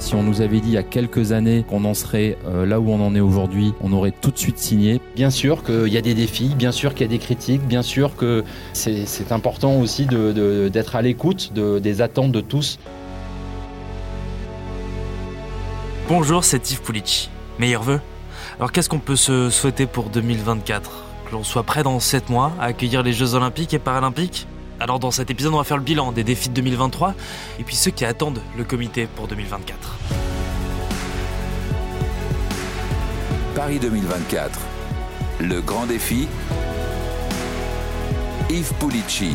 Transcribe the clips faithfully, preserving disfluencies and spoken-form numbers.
Si on nous avait dit il y a quelques années qu'on en serait euh, là où on en est aujourd'hui, on aurait tout de suite signé. Bien sûr qu'il y a des défis, bien sûr qu'il y a des critiques, bien sûr que c'est, c'est important aussi de, de, d'être à l'écoute de, des attentes de tous. Bonjour, c'est Yves Pulici. Meilleurs vœux. Alors qu'est-ce qu'on peut se souhaiter pour deux mille vingt-quatre ? Que l'on soit prêt dans sept mois à accueillir les Jeux Olympiques et Paralympiques ? Alors dans cet épisode, on va faire le bilan des défis de deux mille vingt-trois et puis ceux qui attendent le comité pour deux mille vingt-quatre. Paris deux mille vingt-quatre, le grand défi, Yves Pulici.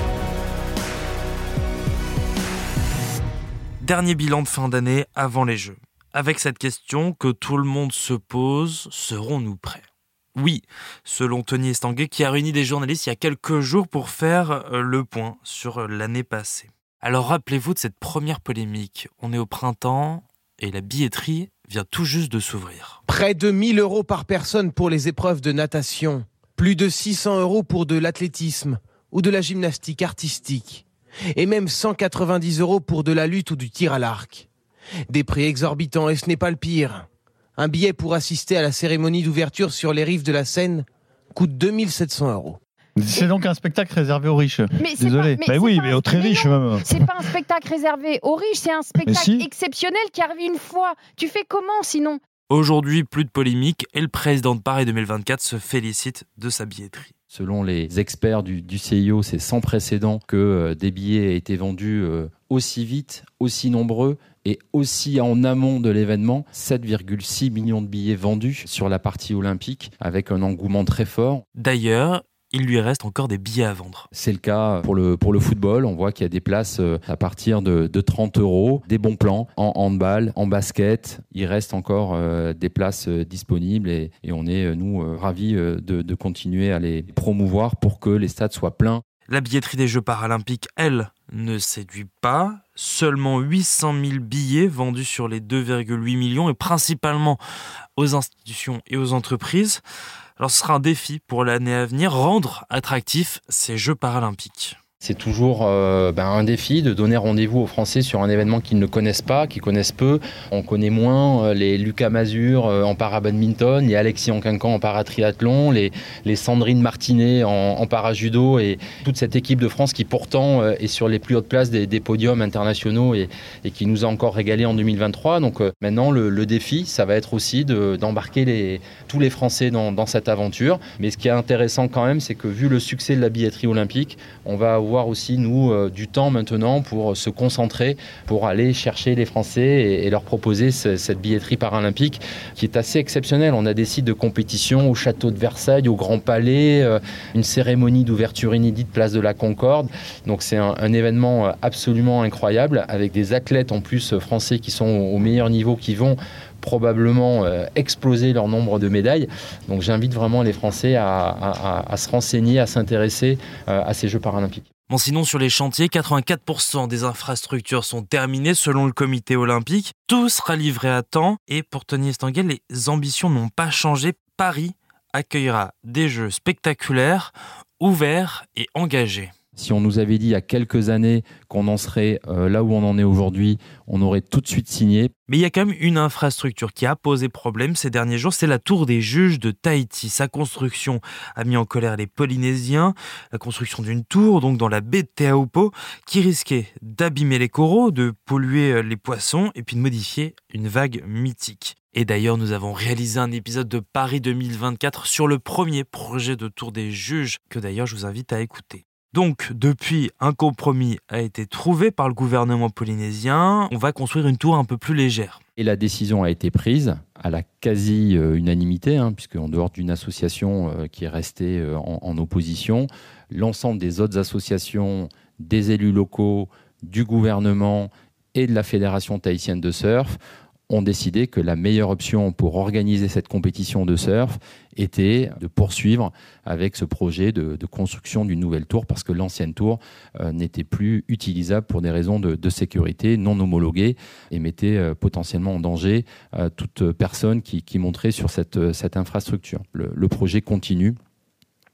Dernier bilan de fin d'année avant les Jeux. Avec cette question que tout le monde se pose, serons-nous prêts ? Oui, selon Tony Estanguet qui a réuni des journalistes il y a quelques jours pour faire le point sur l'année passée. Alors rappelez-vous de cette première polémique. On est au printemps et la billetterie vient tout juste de s'ouvrir. Près de mille euros par personne pour les épreuves de natation. Plus de six cents euros pour de l'athlétisme ou de la gymnastique artistique. Et même cent quatre-vingt-dix euros pour de la lutte ou du tir à l'arc. Des prix exorbitants et ce n'est pas le pire. Un billet pour assister à la cérémonie d'ouverture sur les rives de la Seine coûte deux mille sept cents euros. C'est donc un spectacle réservé aux riches. Mais c'est Désolé. Pas, mais bah oui, pas mais un, aux très mais riches non, même. C'est pas un spectacle réservé aux riches, c'est un spectacle si. exceptionnel qui arrive une fois. Tu fais comment sinon ? Aujourd'hui, plus de polémique et le président de Paris deux mille vingt-quatre se félicite de sa billetterie. Selon les experts du, du C I O, c'est sans précédent que euh, des billets aient été vendus euh, aussi vite, aussi nombreux et aussi en amont de l'événement. sept virgule six millions de billets vendus sur la partie olympique avec un engouement très fort. D'ailleurs, il lui reste encore des billets à vendre. C'est le cas pour le, pour le football. On voit qu'il y a des places à partir de, de trente euros, des bons plans en handball, en basket. Il reste encore euh, des places euh, disponibles et, et on est, nous, euh, ravis euh, de, de continuer à les promouvoir pour que les stades soient pleins. La billetterie des Jeux Paralympiques, elle, ne séduit pas. Seulement huit cent mille billets vendus sur les deux virgule huit millions et principalement aux institutions et aux entreprises. Alors ce sera un défi pour l'année à venir, rendre attractifs ces Jeux Paralympiques. C'est toujours euh, ben, un défi de donner rendez-vous aux Français sur un événement qu'ils ne connaissent pas, qu'ils connaissent peu. On connaît moins euh, les Lucas Mazur euh, en para-badminton, les Alexis Onquincan en para-triathlon, les, les Sandrine Martinet en, en para-judo et toute cette équipe de France qui pourtant euh, est sur les plus hautes places des, des podiums internationaux et, et qui nous a encore régalé en deux mille vingt-trois. Donc euh, maintenant le, le défi, ça va être aussi de, d'embarquer les, tous les Français dans, dans cette aventure. Mais ce qui est intéressant quand même, c'est que vu le succès de la billetterie olympique, on va avoir aussi nous euh, du temps maintenant pour se concentrer, pour aller chercher les Français et, et leur proposer ce, cette billetterie paralympique qui est assez exceptionnelle. On a des sites de compétition au château de Versailles, au Grand Palais, euh, une cérémonie d'ouverture inédite place de la Concorde. Donc c'est un, un événement absolument incroyable avec des athlètes en plus français qui sont au, au meilleur niveau, qui vont probablement euh, exploser leur nombre de médailles. Donc j'invite vraiment les Français à, à, à, à se renseigner, à s'intéresser euh, à ces Jeux paralympiques. Bon, sinon, sur les chantiers, quatre-vingt-quatre pour cent des infrastructures sont terminées selon le comité olympique. Tout sera livré à temps. Et pour Tony Estanguet, les ambitions n'ont pas changé. Paris accueillera des Jeux spectaculaires, ouverts et engagés. Si on nous avait dit il y a quelques années qu'on en serait euh, là où on en est aujourd'hui, on aurait tout de suite signé. Mais il y a quand même une infrastructure qui a posé problème ces derniers jours, c'est la tour des juges de Tahiti. Sa construction a mis en colère les Polynésiens. La construction d'une tour, donc dans la baie de Te Aupo, qui risquait d'abîmer les coraux, de polluer les poissons et puis de modifier une vague mythique. Et d'ailleurs, nous avons réalisé un épisode de Paris deux mille vingt-quatre sur le premier projet de tour des juges, que d'ailleurs je vous invite à écouter. Donc, depuis, un compromis a été trouvé par le gouvernement polynésien. On va construire une tour un peu plus légère. Et la décision a été prise à la quasi-unanimité, hein, puisque en dehors d'une association euh, qui est restée euh, en, en opposition, l'ensemble des autres associations, des élus locaux, du gouvernement et de la Fédération tahitienne de surf ont décidé que la meilleure option pour organiser cette compétition de surf était de poursuivre avec ce projet de, de construction d'une nouvelle tour parce que l'ancienne tour euh, n'était plus utilisable pour des raisons de, de sécurité non homologuées et mettait euh, potentiellement en danger euh, toute personne qui, qui monterait sur cette, cette infrastructure. Le, le projet continue.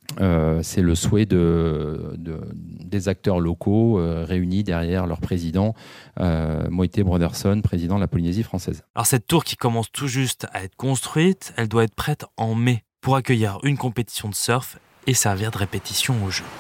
Euh, c'est le souhait de, de, des acteurs locaux euh, réunis derrière leur président, euh, Moïté Broderson, président de la Polynésie française. Alors cette tour qui commence tout juste à être construite, elle doit être prête en mai pour accueillir une compétition de surf et servir de répétition aux Jeux.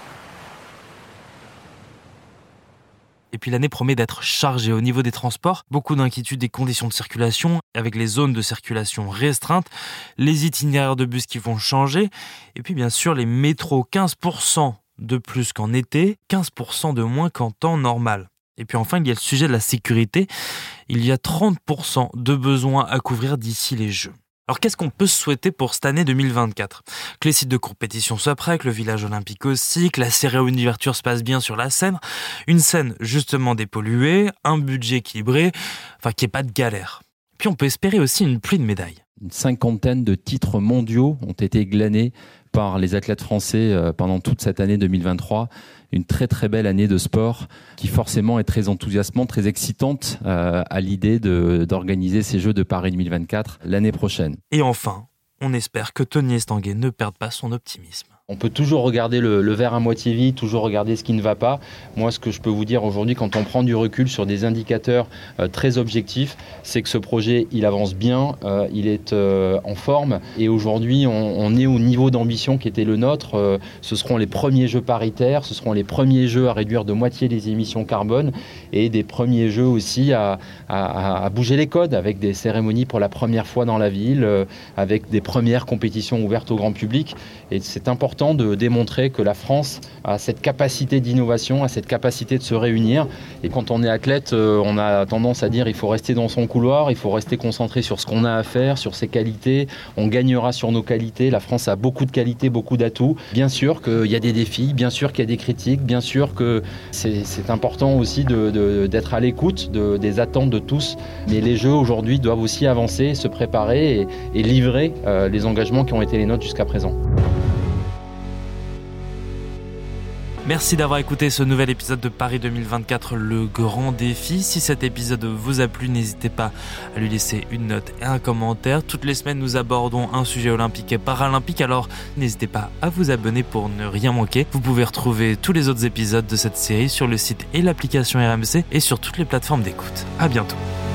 Et puis l'année promet d'être chargée au niveau des transports. Beaucoup d'inquiétudes des conditions de circulation, avec les zones de circulation restreintes, les itinéraires de bus qui vont changer, et puis bien sûr les métros, quinze pour cent de plus qu'en été, quinze pour cent de moins qu'en temps normal. Et puis enfin, il y a le sujet de la sécurité. Il y a trente pour cent de besoins à couvrir d'ici les Jeux. Alors qu'est-ce qu'on peut se souhaiter pour cette année deux mille vingt-quatre ? Que les sites de compétition soient prêts, que le village olympique aussi, que la cérémonie d'ouverture se passe bien sur la Seine, une Seine justement dépolluée, un budget équilibré, enfin qu'il n'y ait pas de galère. Puis on peut espérer aussi une pluie de médailles. Une cinquantaine de titres mondiaux ont été glanés par les athlètes français pendant toute cette année deux mille vingt-trois. Une très très belle année de sport qui forcément est très enthousiasmante, très excitante euh, à l'idée de, d'organiser ces Jeux de Paris deux mille vingt-quatre l'année prochaine. Et enfin, on espère que Tony Estanguet ne perde pas son optimisme. On peut toujours regarder le, le verre à moitié vide, toujours regarder ce qui ne va pas. Moi, ce que je peux vous dire aujourd'hui, quand on prend du recul sur des indicateurs euh, très objectifs, c'est que ce projet, il avance bien, euh, il est euh, en forme. Et aujourd'hui, on, on est au niveau d'ambition qui était le nôtre. Euh, ce seront les premiers jeux paritaires, ce seront les premiers jeux à réduire de moitié les émissions carbone et des premiers jeux aussi à, à, à bouger les codes avec des cérémonies pour la première fois dans la ville, euh, avec des premières compétitions ouvertes au grand public. Et c'est important de démontrer que la France a cette capacité d'innovation, a cette capacité de se réunir. Et quand on est athlète, on a tendance à dire il faut rester dans son couloir, il faut rester concentré sur ce qu'on a à faire, sur ses qualités. On gagnera sur nos qualités. La France a beaucoup de qualités, beaucoup d'atouts. Bien sûr qu'il y a des défis, bien sûr qu'il y a des critiques, bien sûr que c'est, c'est important aussi de, de, d'être à l'écoute de, des attentes de tous. Mais les Jeux aujourd'hui doivent aussi avancer, se préparer et, et livrer euh, les engagements qui ont été les nôtres jusqu'à présent. Merci d'avoir écouté ce nouvel épisode de Paris deux mille vingt-quatre, le grand défi. Si cet épisode vous a plu, n'hésitez pas à lui laisser une note et un commentaire. Toutes les semaines, nous abordons un sujet olympique et paralympique, alors n'hésitez pas à vous abonner pour ne rien manquer. Vous pouvez retrouver tous les autres épisodes de cette série sur le site et l'application R M C et sur toutes les plateformes d'écoute. À bientôt.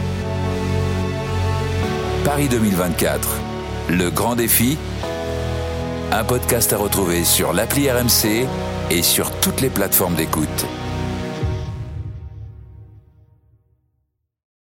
Paris deux mille vingt-quatre, le grand défi. Un podcast à retrouver sur l'appli R M C et sur toutes les plateformes d'écoute.